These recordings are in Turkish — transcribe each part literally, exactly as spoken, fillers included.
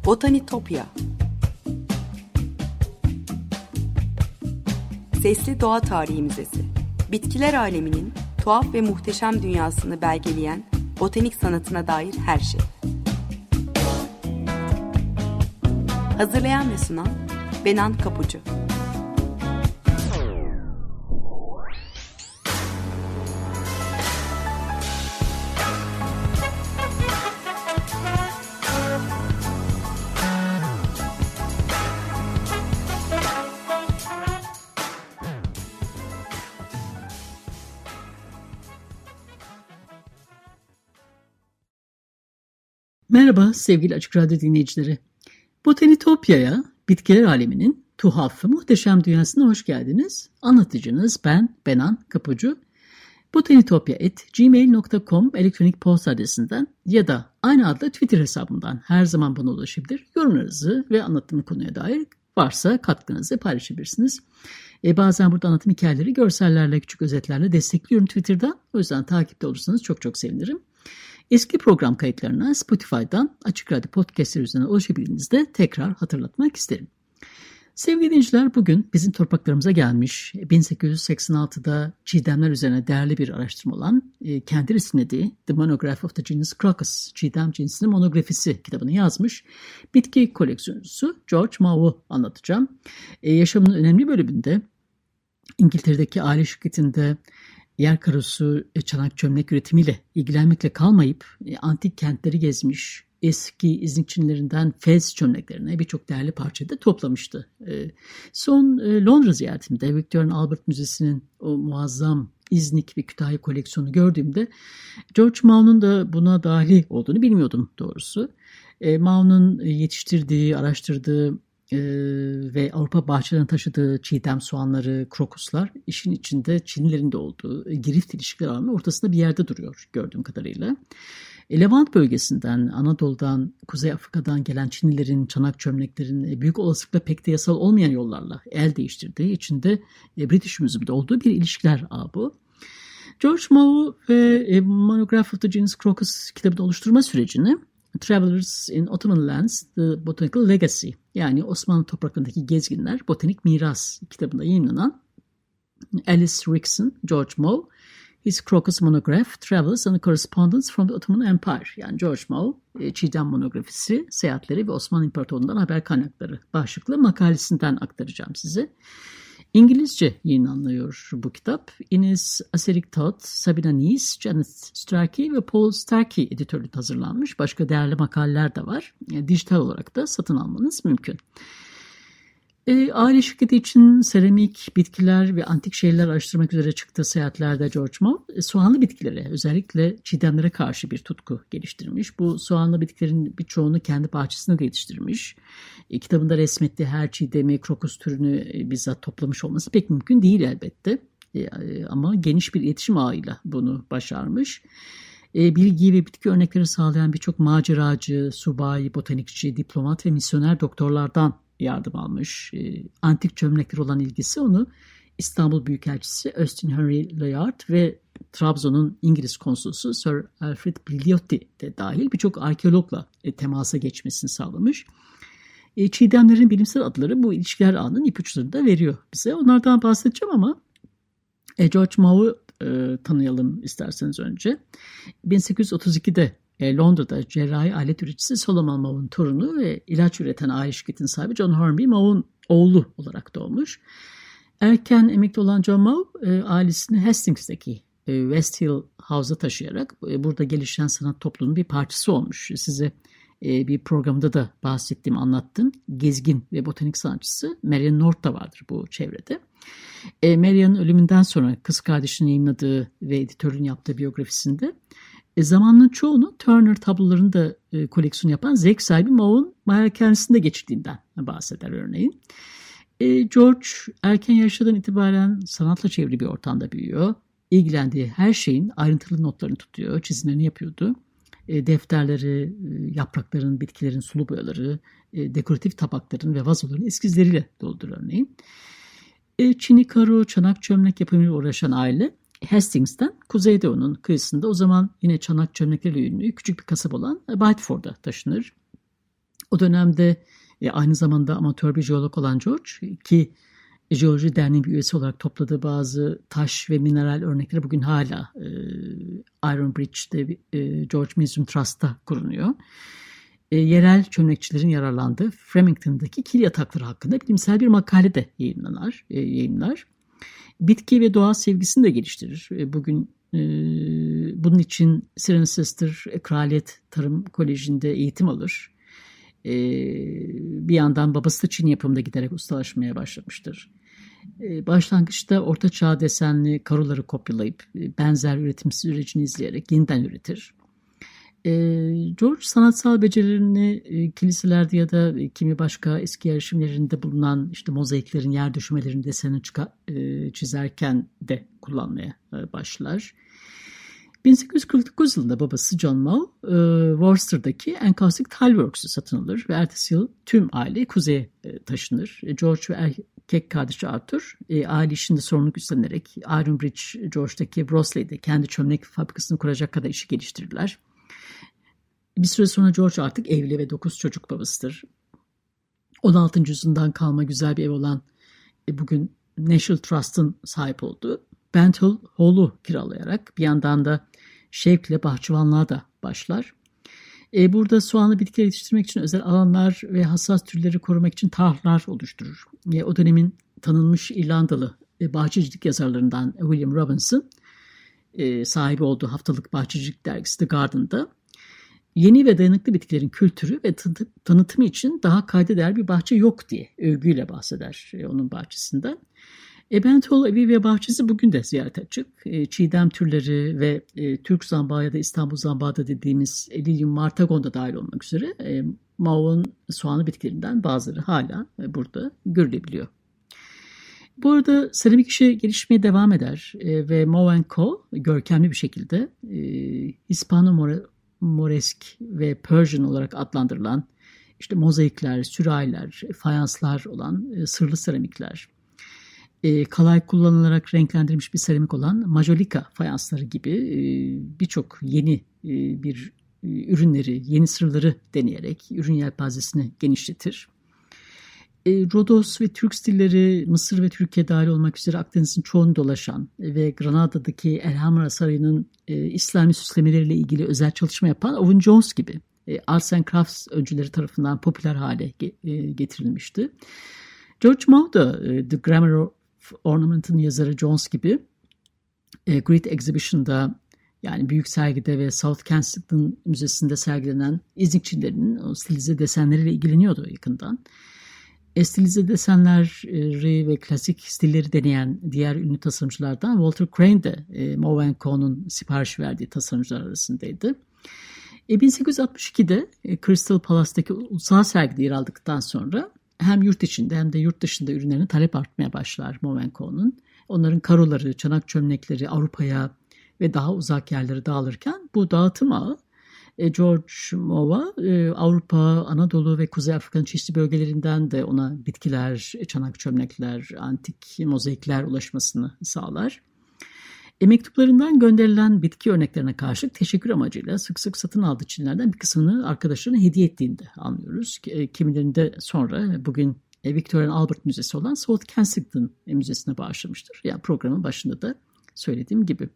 Botanitopya. Sesli Doğa Tarihi Müzesi. Bitkiler aleminin tuhaf ve muhteşem dünyasını belgeleyen botanik sanatına dair her şey. Hazırlayan ve sunan Benan Kapucu. Merhaba sevgili Açık Radyo dinleyicileri. Botanitopya'ya, bitkiler aleminin tuhaf ve muhteşem dünyasına hoş geldiniz. Anlatıcınız ben Benan Kapucu. botanitopya at gmail nokta com elektronik posta adresinden ya da aynı adlı Twitter hesabımdan her zaman bana ulaşabilir. Yorumlarınızı ve anlattığım konuya dair varsa katkınızı paylaşabilirsiniz. E bazen burada anlatım hikayeleri görsellerle, küçük özetlerle destekliyorum Twitter'da. O yüzden takipte olursanız çok çok sevinirim. Eski program kayıtlarına Spotify'dan Açık Radyo Podcast'ler üzerinden ulaşabildiğinizde tekrar hatırlatmak isterim. Sevgili dinleyiciler, bugün bizim torpaklarımıza gelmiş bin sekiz yüz seksen altıda çiğdemler üzerine değerli bir araştırma olan e, kendi resimlediği The Monograph of the Genus Crocus, Çiğdem cinsinin monografisi kitabını yazmış bitki koleksiyoncusu George Mauve'u anlatacağım. E, yaşamının önemli bölümünde İngiltere'deki aile şirketinde yer karosu, çanak çömlek üretimiyle ilgilenmekle kalmayıp antik kentleri gezmiş, eski İznikçilerinden fez çömleklerine birçok değerli parçayı da toplamıştı. Son Londra ziyaretimde Victoria and Albert Müzesi'nin o muazzam İznik ve Kütahya koleksiyonu gördüğümde George Mauve'un da buna dahil olduğunu bilmiyordum doğrusu. Mauve'un yetiştirdiği, araştırdığı Ee, ve Avrupa bahçelerine taşıdığı çiğdem soğanları, krokuslar işin içinde Çinlilerin de olduğu girift ilişkiler alanının ortasında bir yerde duruyor gördüğüm kadarıyla. E, Levant bölgesinden, Anadolu'dan, Kuzey Afrika'dan gelen Çinlilerin, çanak çömleklerin büyük olasılıkla pek de yasal olmayan yollarla el değiştirdiği, içinde e, British Museum'da olduğu bir ilişkiler ağı bu. George Mauve ve e, Monograph of the Genus Crocus kitabını oluşturma sürecini Travelers in Ottoman Lands, The Botanical Legacy, yani Osmanlı topraklarındaki gezginler, botanik miras kitabında yayınlanan Alice Rickson, George Mauve, His Crocus Monograph, Travels and Correspondence from the Ottoman Empire, yani George Mauve, Çiğdem monografisi, seyahatleri ve Osmanlı İmparatorluğu'ndan haber kaynakları başlıklı makalesinden aktaracağım size. İngilizce yayınlanıyor bu kitap. Ines Aserik-Toth, Sabina Nies, Janet Starkey ve Paul Starkey editörlüğünde hazırlanmış. Başka değerli makaleler de var. Yani dijital olarak da satın almanız mümkün. E, aile şirketi için seramik, bitkiler ve antik şeyler araştırmak üzere çıktığı seyahatlerde George Mauve e, soğanlı bitkilere, özellikle çiğdemlere karşı bir tutku geliştirmiş. Bu soğanlı bitkilerin birçoğunu kendi bahçesinde de yetiştirmiş. E, kitabında resmettiği her çiğdemi, krokus türünü e, bizzat toplamış olması pek mümkün değil elbette. E, e, ama geniş bir iletişim ağıyla bunu başarmış. E, bilgi ve bitki örnekleri sağlayan birçok maceracı, subay, botanikçi, diplomat ve misyoner doktorlardan yardım almış. E, antik çömlekler olan ilgisi onu İstanbul Büyükelçisi Austin Henry Layard ve Trabzon'un İngiliz konsolosu Sir Alfred Bligliotti de dahil birçok arkeologla e, temasa geçmesini sağlamış. E, çiğdemlerin bilimsel adları bu ilişkiler ağının ipuçlarını da veriyor bize. Onlardan bahsedeceğim ama e, George Mauve'u e, tanıyalım isterseniz önce. bin sekiz yüz otuz ikide E, Londra'da cerrahi alet üreticisi Solomon Mauve'un torunu ve ilaç üreten aile şirketinin sahibi John Hornby Mauve'un oğlu olarak doğmuş. Erken emekli olan John Mauve e, ailesini Hastings'teki e, West Hill House'a taşıyarak e, burada gelişen sanat topluluğunun bir parçası olmuş. Size e, bir programda da bahsettiğim, anlattığım gezgin ve botanik sanatçısı Marian North da vardır bu çevrede. E, Marian'ın ölümünden sonra kız kardeşinin yayınladığı ve editörün yaptığı biyografisinde E, zamanının çoğunu Turner tablolarını da e, koleksiyon yapan zevk sahibi Mauve'un malikanесinde geçirdiğinden bahseder örneğin. E, George erken yaşlardan itibaren sanatla çevrili bir ortamda büyüyor. İlgilendiği her şeyin ayrıntılı notlarını tutuyor, çizimlerini yapıyordu. E, defterleri, e, yaprakların, bitkilerin sulu boyaları, e, dekoratif tabakların ve vazoların eskizleriyle doludur örneğin. E, Çini karo, çanak çömlek yapımıyla uğraşan aile Hastings'ten kuzeyde onun kıyısında o zaman yine çanak çömleklerle ünlü küçük bir kasaba olan Whiteford'a taşınır. O dönemde e, aynı zamanda amatör bir jeolog olan George ki Jeoloji Derneği bir üyesi olarak topladığı bazı taş ve mineral örnekleri bugün hala e, Iron Bridge'de e, George Museum Trust'ta korunuyor. E, yerel çömlekçilerin yararlandığı Framington'daki kil yatakları hakkında bilimsel bir makale de yayınlanır, e, yayınlar. Bitki ve doğa sevgisini de geliştirir. E, bugün e, bunun için Cirencester Kraliyet Tarım Koleji'nde eğitim alır. E, bir yandan babası da Çin yapımında giderek ustalaşmaya başlamıştır. E, başlangıçta orta çağ desenli karoları kopyalayıp e, benzer üretim sürecini izleyerek yeniden üretir. E, George sanatsal becerilerini e, kiliselerde ya da e, kimi başka eski yerleşimlerinde bulunan işte mozaiklerin yer düşümelerin desenini çıka, e, çizerken de kullanmaya e, başlar. bin sekiz yüz kırk dokuz yılında babası John Mow, e, Worcester'daki Encaustic Tile Works'u satın alır ve ertesi yıl tüm aile kuzeye e, taşınır. E, George ve erkek kardeşi Arthur e, aile işinde sorumluluk üstlenerek Iron Bridge, George'daki Brosley'de kendi çömlek fabrikasını kuracak kadar işi geliştirirler. Bir süre sonra George artık evli ve dokuz çocuk babasıdır. on altıncı yüzyıldan kalma güzel bir ev olan e, bugün National Trust'ın sahip olduğu Bent Hill Hall'u kiralayarak bir yandan da şevkle bahçıvanlığa da başlar. E, burada soğanlı bitkiler yetiştirmek için özel alanlar ve hassas türleri korumak için tarlalar oluşturur. E, o dönemin tanınmış İrlandalı e, bahçecilik yazarlarından William Robinson e, sahibi olduğu haftalık bahçecilik dergisi The Garden'da yeni ve dayanıklı bitkilerin kültürü ve tanıtımı için daha kayda değer bir bahçe yok diye övgüyle bahseder e, onun bahçesinden. E, Bent Hall evi ve bahçesi bugün de ziyarete açık. E, çiğdem türleri ve e, Türk zambağı ya da İstanbul zambağı da dediğimiz e, Lilium martagon da dahil olmak üzere e, Mauve'ın soğanlı bitkilerinden bazıları hala e, burada görülebiliyor. Bu arada seramik işi gelişmeye devam eder e, ve Mow and Co. görkemli bir şekilde e, Hispano-Moresk ve Persian olarak adlandırılan işte mozaikler, sürahiler, fayanslar olan e, sırlı seramikler, E, kalay kullanılarak renklendirilmiş bir seramik olan majolika fayansları gibi e, birçok yeni e, bir e, ürünleri, yeni sırları deneyerek ürün yelpazesini genişletir. E, Rodos ve Türk stilleri Mısır ve Türkiye dahil olmak üzere Akdeniz'in çoğunu dolaşan ve Granada'daki Elhamra Sarayı'nın e, İslami süslemeleriyle ilgili özel çalışma yapan Owen Jones gibi e, Arts and Crafts öncüleri tarafından popüler hale ge, e, getirilmişti. George Mow da e, The Grammar of Ornament'ın yazarı Jones gibi e, Great Exhibition'da yani büyük sergide ve South Kensington Müzesi'nde sergilenen İznikçilerin o stilize desenleriyle ilgileniyordu yakından. E, stilize desenleri ve klasik stilleri deneyen diğer ünlü tasarımcılardan Walter Crane de e, Mow and Co.'nun sipariş verdiği tasarımcılar arasındaydı. E, bin sekiz yüz altmış ikide e, Crystal Palace'daki ulusal sergide yer aldıktan sonra hem yurt içinde hem de yurt dışında ürünlerine talep artmaya başlar Mow and Co.'nun. Onların karoları, çanak çömlekleri Avrupa'ya ve daha uzak yerlere dağılırken bu dağıtım ağı George Mow'a Avrupa, Anadolu ve Kuzey Afrika'nın çeşitli bölgelerinden de ona bitkiler, çanak çömlekler, antik mozaikler ulaşmasını sağlar. E, mektuplarından gönderilen bitki örneklerine karşılık teşekkür amacıyla sık sık satın aldığı Çinlerden bir kısmını arkadaşlarına hediye ettiğini de anlıyoruz. E, kimilerinde sonra bugün e, Victoria and Albert Müzesi olan South Kensington Müzesi'ne bağışlamıştır. Yani programın başında da söylediğim gibi.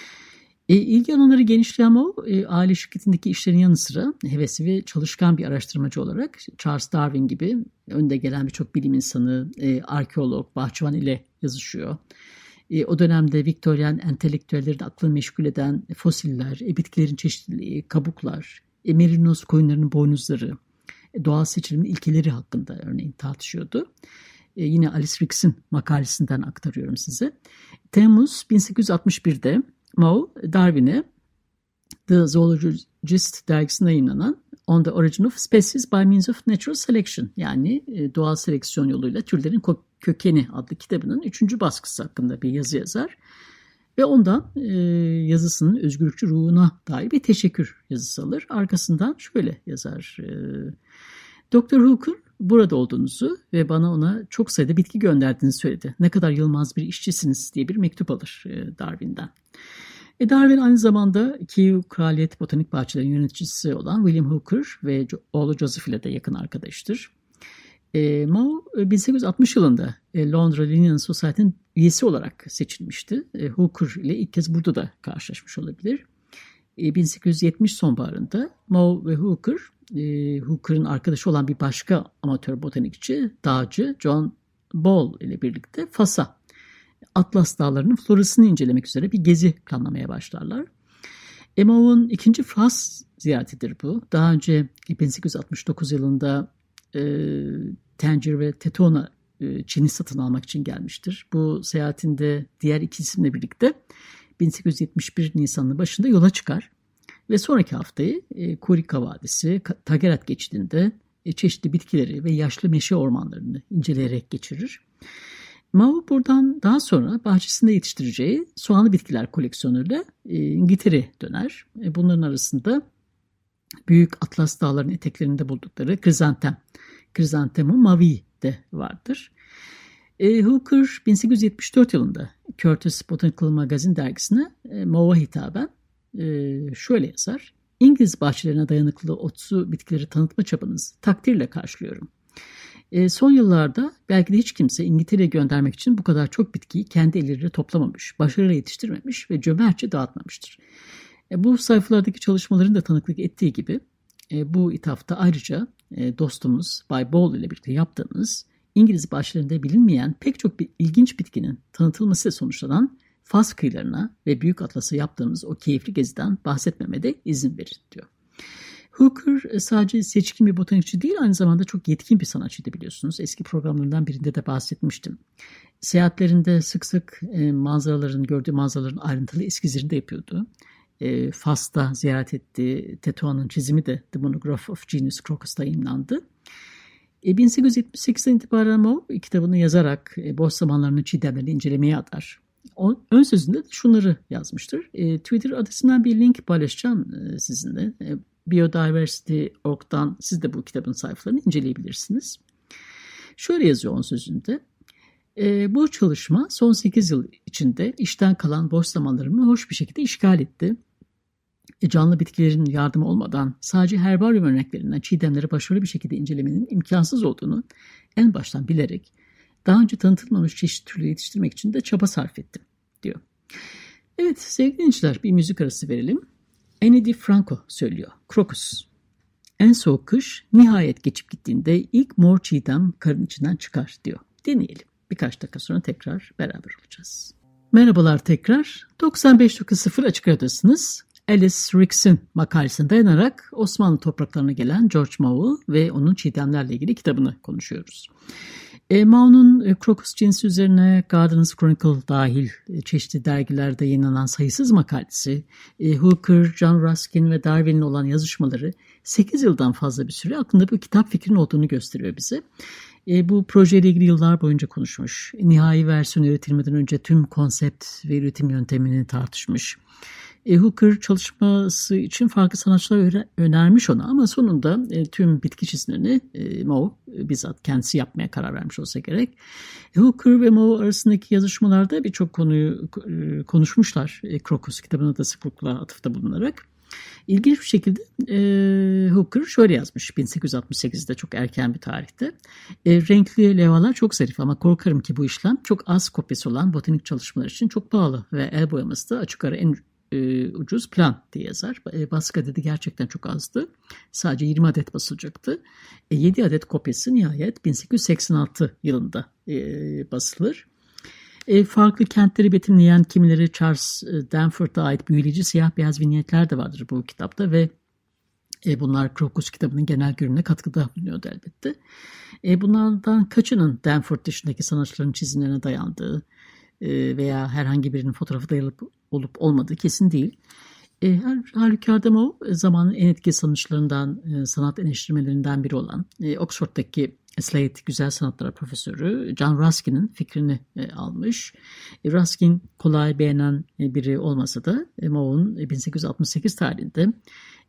E, ilgi alanları genişleyen o e, aile şirketindeki işlerin yanı sıra hevesli ve çalışkan bir araştırmacı olarak Charles Darwin gibi önde gelen birçok bilim insanı, e, arkeolog, bahçıvan ile yazışıyor. E, o dönemde Viktoryen entelektüellerin aklını meşgul eden fosiller, e, bitkilerin çeşitliliği, kabuklar, e, merinos koyunlarının boynuzları, e, doğal seçilimin ilkeleri hakkında örneğin tartışıyordu. E, yine Alice Ricks'in makalesinden aktarıyorum size. Temmuz bin sekiz yüz altmış birde Mow, Darwin'e The Zoologist dergisinde yayınlanan On the Origin of Species by Means of Natural Selection yani e, doğal seleksiyon yoluyla türlerin kökeni adlı kitabının üçüncü baskısı hakkında bir yazı yazar. Ve ondan e, yazısının özgürlükçü ruhuna dair bir teşekkür yazısı alır. Arkasından şöyle yazar. E, Doktor Hooker burada olduğunuzu ve bana ona çok sayıda bitki gönderdiğini söyledi. Ne kadar yılmaz bir işçisiniz diye bir mektup alır e, Darwin'den. E, Darwin aynı zamanda Kew Kraliyet Botanik Bahçeleri yöneticisi olan William Hooker ve oğlu Joseph ile de yakın arkadaştır. E, Mao bin sekiz yüz altmış yılında e, Londra Linnean Society'nin üyesi olarak seçilmişti. E, Hooker ile ilk kez burada da karşılaşmış olabilir. E, bin sekiz yüz yetmiş sonbaharında Mao ve Hooker, e, Hooker'ın arkadaşı olan bir başka amatör botanikçi, dağcı John Ball ile birlikte Fas'a, Atlas Dağları'nın florasını incelemek üzere bir gezi planlamaya başlarlar. E, Mao'nun ikinci Fas ziyaretidir bu. Daha önce bin sekiz yüz altmış dokuz yılında e, Tangier ve Tetona e, Çin'i satın almak için gelmiştir. Bu seyahatinde diğer iki isimle birlikte bin sekiz yüz yetmiş bir Nisan'ın başında yola çıkar ve sonraki haftayı e, Kurika Vadisi, Tagerat geçidinde e, çeşitli bitkileri ve yaşlı meşe ormanlarını inceleyerek geçirir. Mao buradan daha sonra bahçesinde yetiştireceği soğanlı bitkiler koleksiyonuyla e, İngiltere'ye döner. E, bunların arasında büyük Atlas Dağları'nın eteklerinde buldukları krizantem, Chrysanthemum mavi de vardır. E, Hooker bin sekiz yüz yetmiş dört yılında Curtis Botanical Magazine dergisine e, Mao'ya hitaben e, şöyle yazar. İngiliz bahçelerine dayanıklı otsu bitkileri tanıtma çabanızı takdirle karşılıyorum. E, son yıllarda belki de hiç kimse İngiltere'ye göndermek için bu kadar çok bitkiyi kendi elleriyle toplamamış, başarıyla yetiştirmemiş ve cömertçe dağıtmamıştır. E, bu sayfalardaki çalışmaların da tanıklık ettiği gibi e, bu ithafta ayrıca e, dostumuz Bay Ball ile birlikte yaptığımız İngiliz bahçelerinde bilinmeyen pek çok bir ilginç bitkinin tanıtılmasıyla sonuçlanan Fas kıyılarına ve Büyük Atlas'a yaptığımız o keyifli geziden bahsetmeme de izin verin diyor. Hooker sadece seçkin bir botanikçi değil, aynı zamanda çok yetkin bir sanatçıydı biliyorsunuz. Eski programlarından birinde de bahsetmiştim. Seyahatlerinde sık sık e, manzaraların, gördüğü manzaraların ayrıntılı eskizlerini de yapıyordu. E, Fas'ta ziyaret ettiği Teto'nun çizimi de The Monograph of Genus Crocus'ta yayınlandı. E, bin sekiz yüz yetmiş sekizden itibaren Mao kitabını yazarak e, boş zamanlarını çiğdemlerini incelemeye adar. O, ön sözünde de şunları yazmıştır. E, Twitter adresinden bir link paylaşacağım e, sizinle. E, biodiversity nokta org'dan siz de bu kitabın sayfalarını inceleyebilirsiniz. Şöyle yazıyor onun sözünde. E, bu çalışma son sekiz yıl içinde işten kalan boş zamanlarımı hoş bir şekilde işgal etti. E, canlı bitkilerin yardımı olmadan sadece herbaryum örneklerinden çiğdemleri başarılı bir şekilde incelemenin imkansız olduğunu en baştan bilerek daha önce tanıtılmamış çeşitli türleri yetiştirmek için de çaba sarf ettim diyor. Evet sevgili dinleyiciler, bir müzik arası verelim. Ani DiFranco söylüyor. Crocus. En soğuk kış nihayet geçip gittiğinde ilk mor çiğdem karın içinden çıkar diyor. Deneyelim. Birkaç dakika sonra tekrar beraber olacağız. Merhabalar tekrar. doksan beş nokta sıfır Açık Radyo'dasınız. Alice Rickson makalesine dayanarak Osmanlı topraklarına gelen George Mao ve onun çiğdemlerle ilgili kitabını konuşuyoruz. E, Mao'nun e, Crocus cinsi üzerine Gardeners Chronicle dahil e, çeşitli dergilerde yayınlanan sayısız makalesi, e, Hooker, John Ruskin ve Darwin'in olan yazışmaları sekiz yıldan fazla bir süre aklında bir kitap fikrinin olduğunu gösteriyor bize. E, bu projeyle ilgili yıllar boyunca konuşmuş. Nihai versiyon üretilmeden önce tüm konsept ve üretim yöntemini tartışmış. E, Hooker çalışması için farklı sanatçılar önermiş ona ama sonunda e, tüm bitki çizimlerini e, Mao e, bizzat kendisi yapmaya karar vermiş olsa gerek. E, Hooker ve Mao arasındaki yazışmalarda birçok konuyu e, konuşmuşlar. E, Crocus kitabına da sıklıkla atıfta bulunarak. İlginç bir şekilde e, Hooker şöyle yazmış bin sekiz yüz altmış sekizde, çok erken bir tarihte. E, renkli levhalar çok zarif ama korkarım ki bu işlem çok az kopyası olan botanik çalışmalar için çok pahalı ve el boyaması da açık ara en e, ucuz plan diye yazar. E, baskı adedi gerçekten çok azdı. Sadece yirmi adet basılacaktı. E, yedi adet kopyası nihayet bin sekiz yüz seksen altı yılında e, basılır. E, farklı kentleri betimleyen kimileri Charles Danforth'a ait büyüleyici siyah beyaz vinyetler de vardır bu kitapta ve e, bunlar Crocus kitabının genel görünümüne katkıda bulunuyordu elbette. E, bunlardan kaçının Danforth dışındaki sanatçıların çizimlerine dayandığı e, veya herhangi birinin fotoğrafı dayalı olup olmadığı kesin değil. E, her halükarda Mao zamanın en etkili sanatçılarından, e, sanat eleştirmelerinden biri olan e, Oxford'daki Slade Güzel Sanatlar Profesörü John Ruskin'in fikrini e, almış. E, Ruskin kolay beğenen e, biri olmasa da e, Mao'nun e, bin sekiz yüz altmış sekiz tarihinde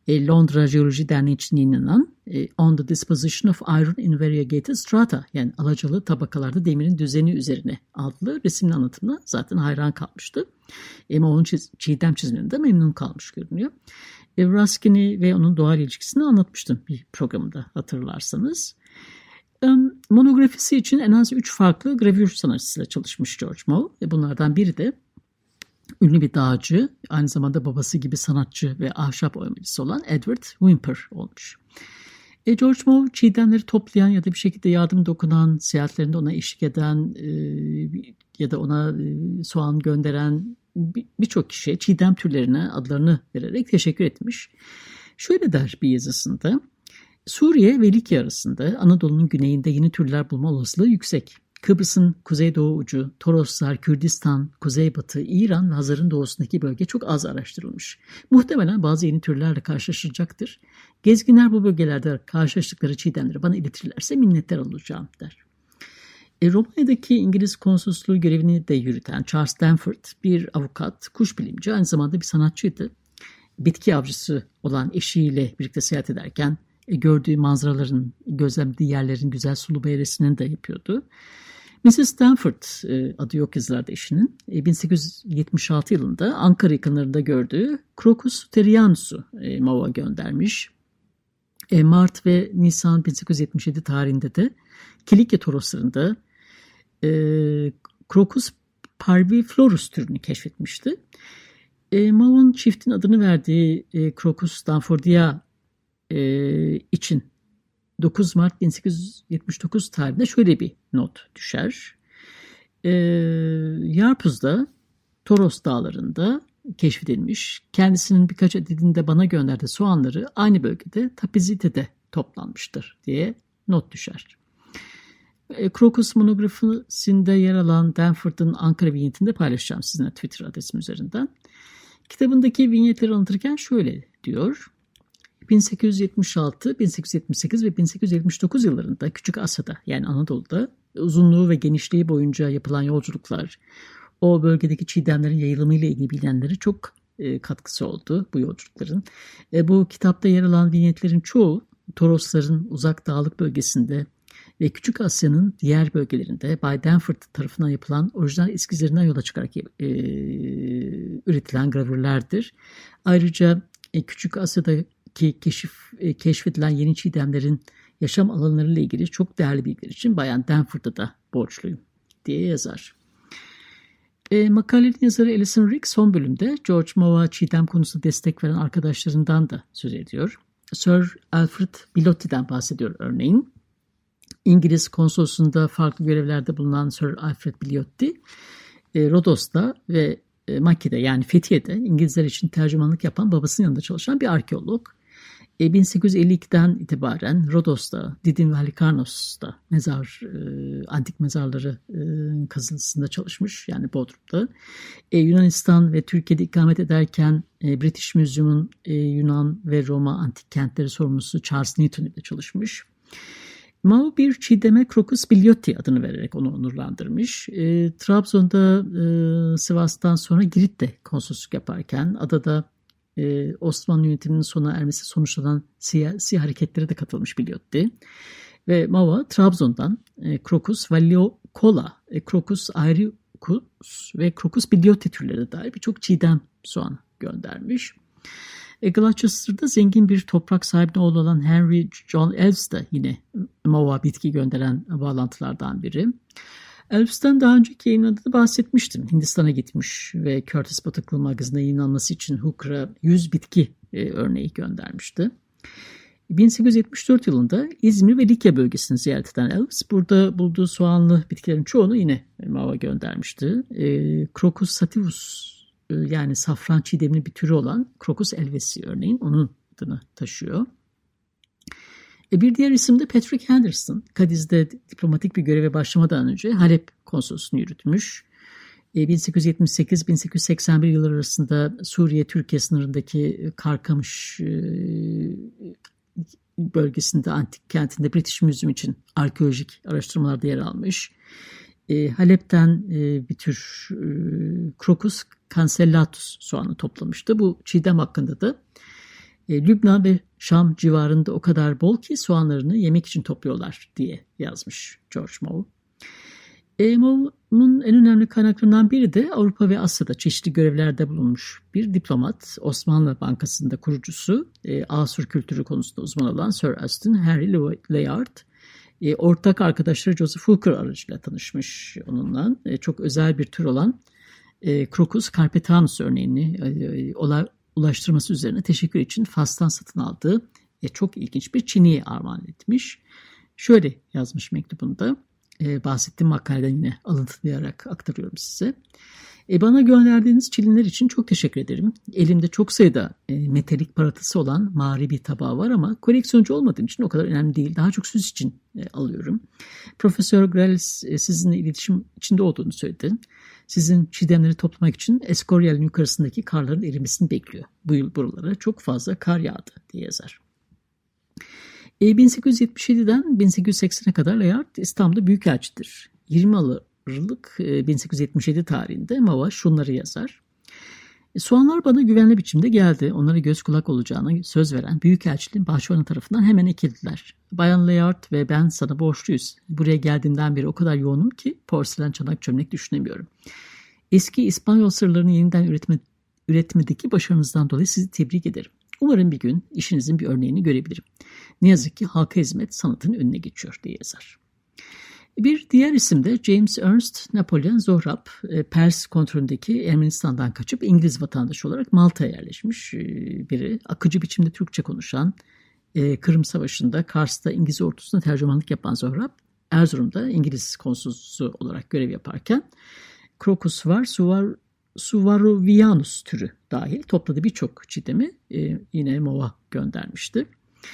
e, Londra Jeoloji Derneği için yayınlanan e, On the Disposition of Iron in Variegated Strata, yani alacalı tabakalarda demirin düzeni üzerine adlı resimli anlatımına zaten hayran kalmıştı. Ama onun çiz, çiğdem çizimlerinde memnun kalmış görünüyor. E, Ruskin'i ve onun doğal ilişkisini anlatmıştım bir programda, hatırlarsanız. E, monografisi için en az üç farklı gravür sanatçısıyla çalışmış George Moe. E, bunlardan biri de ünlü bir dağcı, aynı zamanda babası gibi sanatçı ve ahşap oymacısı olan Edward Whymper olmuş. E, George Moe çiğdemleri toplayan ya da bir şekilde yardım dokunan, seyahatlerinde ona eşlik eden e, ya da ona e, soğan gönderen birçok kişiye çiğdem türlerine adlarını vererek teşekkür etmiş. Şöyle der bir yazısında: Suriye ve Likya arasında Anadolu'nun güneyinde yeni türler bulma olasılığı yüksek. Kıbrıs'ın kuzeydoğu ucu, Toroslar, Kürdistan, kuzeybatı, İran ve Hazar'ın doğusundaki bölge çok az araştırılmış. Muhtemelen bazı yeni türlerle karşılaşılacaktır. Gezginler bu bölgelerde karşılaştıkları çiğdemleri bana iletirlerse minnettar olacağım der. E, Romanya'daki İngiliz konsolosluğu görevini de yürüten Charles Danforth bir avukat, kuş bilimci, aynı zamanda bir sanatçıydı. Bitki avcısı olan eşiyle birlikte seyahat ederken e, gördüğü manzaraların, gözlemlediği yerlerin güzel sulu beyresini de yapıyordu. missis Danforth e, adı yok yazılarda eşinin, e, bin sekiz yüz yetmiş altı yılında Ankara yakınlarında gördüğü Crocus therianus'u e, Moe'ya göndermiş. E, Mart ve Nisan bin sekiz yüz yetmiş yedi tarihinde de Kilikya toroslarında e, Crocus parviflorus türünü keşfetmişti. E, Moe'un çiftin adını verdiği e, Crocus danfordia e, için dokuz Mart bin sekiz yüz yetmiş dokuz tarihinde şöyle bir not düşer. E, Yarpuz'da, Toros dağlarında keşfedilmiş. Kendisinin birkaç adedinde bana gönderdiği soğanları aynı bölgede Tapizite'de toplanmıştır diye not düşer. E, Crocus monografisinde yer alan Danforth'ın Ankara vinyetini de paylaşacağım sizinle Twitter adresim üzerinden. Kitabındaki vinyetleri anlatırken şöyle diyor: bin sekiz yüz yetmiş altı, bin sekiz yüz yetmiş sekiz ve bin sekiz yüz yetmiş dokuz yıllarında Küçük Asya'da, yani Anadolu'da uzunluğu ve genişliği boyunca yapılan yolculuklar, o bölgedeki çiğdemlerin yayılımıyla ilgili bilinenleri çok e, katkısı oldu bu yolculukların. E, bu kitapta yer alan vinyetlerin çoğu Torosların uzak dağlık bölgesinde ve Küçük Asya'nın diğer bölgelerinde Bay Danforth tarafından yapılan orijinal eskizlerinden yola çıkarak e, üretilen gravürlerdir. Ayrıca e, Küçük Asya'daki keşif, e, keşfedilen yeni çiğdemlerin yaşam alanlarıyla ilgili çok değerli bilgiler için Bayan Danforth'a da borçluyum diye yazar. E, makalenin yazarı Alison Rick son bölümde George Moe'a çiğdem konusunda destek veren arkadaşlarından da söz ediyor. Sir Alfred Bilotti'den bahsediyor örneğin. İngiliz konsolosluğunda farklı görevlerde bulunan Sir Alfred Bilotti, e, Rodos'ta ve e, Maki'de, yani Fethiye'de İngilizler için tercümanlık yapan babasının yanında çalışan bir arkeolog. E, bin sekiz yüz elli ikiden itibaren Rodos'ta, Didim ve Halikarnass'ta mezar, e, antik mezarları e, kazısında çalışmış, yani Bodrum'da. E, Yunanistan ve Türkiye'de ikamet ederken e, British Museum'un e, Yunan ve Roma antik kentleri sorumlusu Charles Newton ile çalışmış. Moe bir çiğdeme Crocus biliotti adını vererek onu onurlandırmış. E, Trabzon'da, e, Sivas'tan sonra Girit'te konsolosluk yaparken adada e, Osmanlı yönetiminin sona ermesi sonuçlanan siyasi hareketlere de katılmış biliotti. Ve Moe Trabzon'dan e, Crocus valiocola, e, Crocus aericus ve Crocus biliotti türlerine dair birçok çiğdem soğan göndermiş. E, Gloucester'da zengin bir toprak sahibine oğlu olan Henry John Elves de yine Moe'a bitki gönderen bağlantılardan biri. Elves'ten daha önceki yayınlarda bahsetmiştim. Hindistan'a gitmiş ve Curtis Botanical Magazine'de yayınlanması için Hooker'a yüz bitki e, örneği göndermişti. bin sekiz yüz yetmiş dört yılında İzmir ve Likya bölgesini ziyaret eden Elves, burada bulduğu soğanlı bitkilerin çoğunu yine Moe'a göndermişti. E, Crocus sativus, yani safran çiğdeminin bir türü olan Crocus elvesi örneğin onun adını taşıyor. E bir diğer isim de Patrick Henderson. Kadiz'de diplomatik bir göreve başlamadan önce Halep konsolosluğunu yürütmüş. E bin sekiz yüz yetmiş sekiz bin sekiz yüz seksen bir yılları arasında Suriye-Türkiye sınırındaki Karkamış e, bölgesinde, antik kentinde British Museum için arkeolojik araştırmalarda yer almış. E, Halep'ten e, bir tür e, Crocus cancellatus soğanı toplamıştı. Bu çiğdem hakkında da E, Lübnan ve Şam civarında o kadar bol ki soğanlarını yemek için topluyorlar diye yazmış George Moe. E, Moe'nun en önemli kaynaklarından biri de Avrupa ve Asya'da çeşitli görevlerde bulunmuş bir diplomat, Osmanlı Bankası'nda kurucusu, e, Asur kültürü konusunda uzman olan Sir Austen Henry Layard, e, ortak arkadaşları Joseph Hooker aracılığıyla tanışmış onunla. E, çok özel bir tür olan e, Crocus carpetanus örneğini e, olay, ulaştırması üzerine teşekkür için Fas'tan satın aldığı e, çok ilginç bir çiniye armağan etmiş. Şöyle yazmış mektubunda. E, bahsettiğim makaleden yine alıntılayarak aktarıyorum size. E, bana gönderdiğiniz çilinler için çok teşekkür ederim. Elimde çok sayıda e, metalik paratısı olan mağari bir tabağı var ama koleksiyoncu olmadığım için o kadar önemli değil. Daha çok süs için e, alıyorum. Profesör Grelles e, sizinle iletişim içinde olduğunu söyledi. Sizin çiğdemleri toplamak için Escorial'in yukarısındaki karların erimesini bekliyor. Bu yıl buralara çok fazla kar yağdı diye yazar. bin sekiz yüz yetmiş yediden bin sekiz yüz seksene kadar Layard İstanbul'da büyükelçidir. yirmi Aralık bin sekiz yüz yetmiş yedi tarihinde Moe şunları yazar. Soğanlar bana güvenli biçimde geldi. Onlara göz kulak olacağına söz veren büyükelçiliğin başkanı tarafından hemen ekildiler. Bayan Layard ve ben sana borçluyuz. Buraya geldiğimden beri o kadar yoğunum ki porselen çanak çömlek düşünemiyorum. Eski İspanyol sırlarını yeniden üretme, üretmedeki başarınızdan dolayı sizi tebrik ederim. Umarım bir gün işinizin bir örneğini görebilirim. Ne yazık ki halka hizmet sanatın önüne geçiyor diye yazar. Bir diğer isim de James Ernst Napoleon Zohrab, Pers kontrolündeki Ermenistan'dan kaçıp İngiliz vatandaşı olarak Malta'ya yerleşmiş biri. Akıcı biçimde Türkçe konuşan, Kırım Savaşı'nda Kars'ta İngiliz ordusuna tercümanlık yapan Zohrab, Erzurum'da İngiliz konsolosu olarak görev yaparken Crocus var, Suvar Suvarovianus türü dahil topladığı birçok çiğdemi e, yine Moe göndermişti.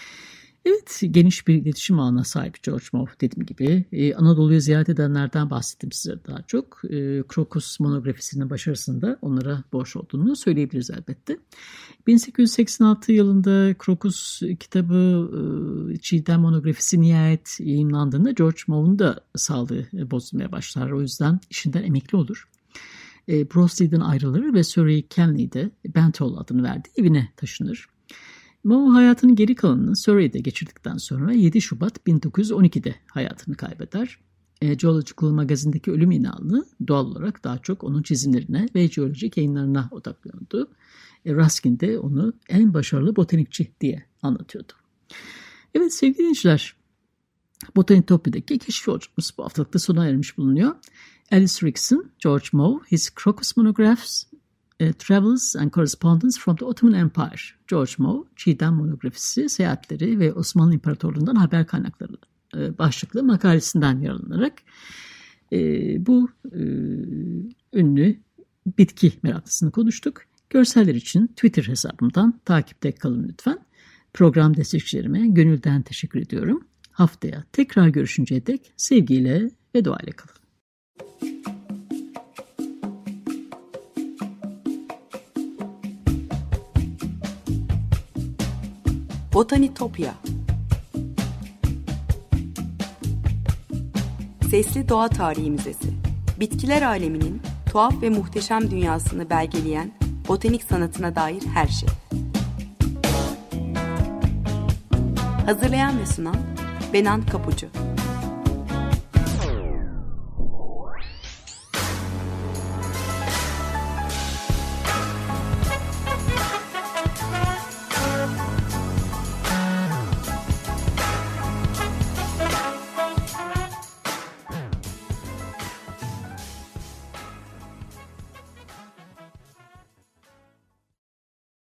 Evet, geniş bir iletişim ağına sahip George Moe dediğim gibi. E, Anadolu'yu ziyaret edenlerden bahsettim size daha çok. E, Crocus monografisinin başarısında onlara borç olduğunu söyleyebiliriz elbette. bin sekiz yüz seksen altı yılında Crocus kitabı e, çiğdem monografisi nihayet yayımlandığında George Moe'un da sağlığı bozulmaya başlar. O yüzden işinden emekli olur. Broseley'den ayrılır ve Surrey Kenley'de Bentall adını verdiği evine taşınır. Moe hayatının geri kalanını Surrey'de geçirdikten sonra yedi Şubat bin dokuz yüz on ikide hayatını kaybeder. Geological Magazine'deki ölüm inanlı doğal olarak daha çok onun çizimlerine ve jeolojik yayınlarına odaklanıyordu. Ruskin de onu en başarılı botanikçi diye anlatıyordu. Evet sevgili dinleyiciler, Botanitopya'daki keşif yolculuğumuz bu haftalıkta sona ermiş bulunuyor. Alice Rickson, George Moe, His Crocus Monographs, uh, Travels and Correspondence from the Ottoman Empire. George Moe, Çiğdem Monografisi, Seyahatleri ve Osmanlı İmparatorluğundan Haber Kaynakları uh, başlıklı makalesinden yararlanarak uh, bu uh, ünlü bitki meraklısını konuştuk. Görseller için Twitter hesabımdan takipte kalın lütfen. Program destekçilerime gönülden teşekkür ediyorum. Haftaya tekrar görüşünceye dek sevgiyle ve duayla kalın. Botanitopya. Sesli Doğa Tarihi Müzesi. Bitkiler aleminin tuhaf ve muhteşem dünyasını belgeleyen botanik sanatına dair her şey. Hazırlayan ve sunan Benan Kapucu.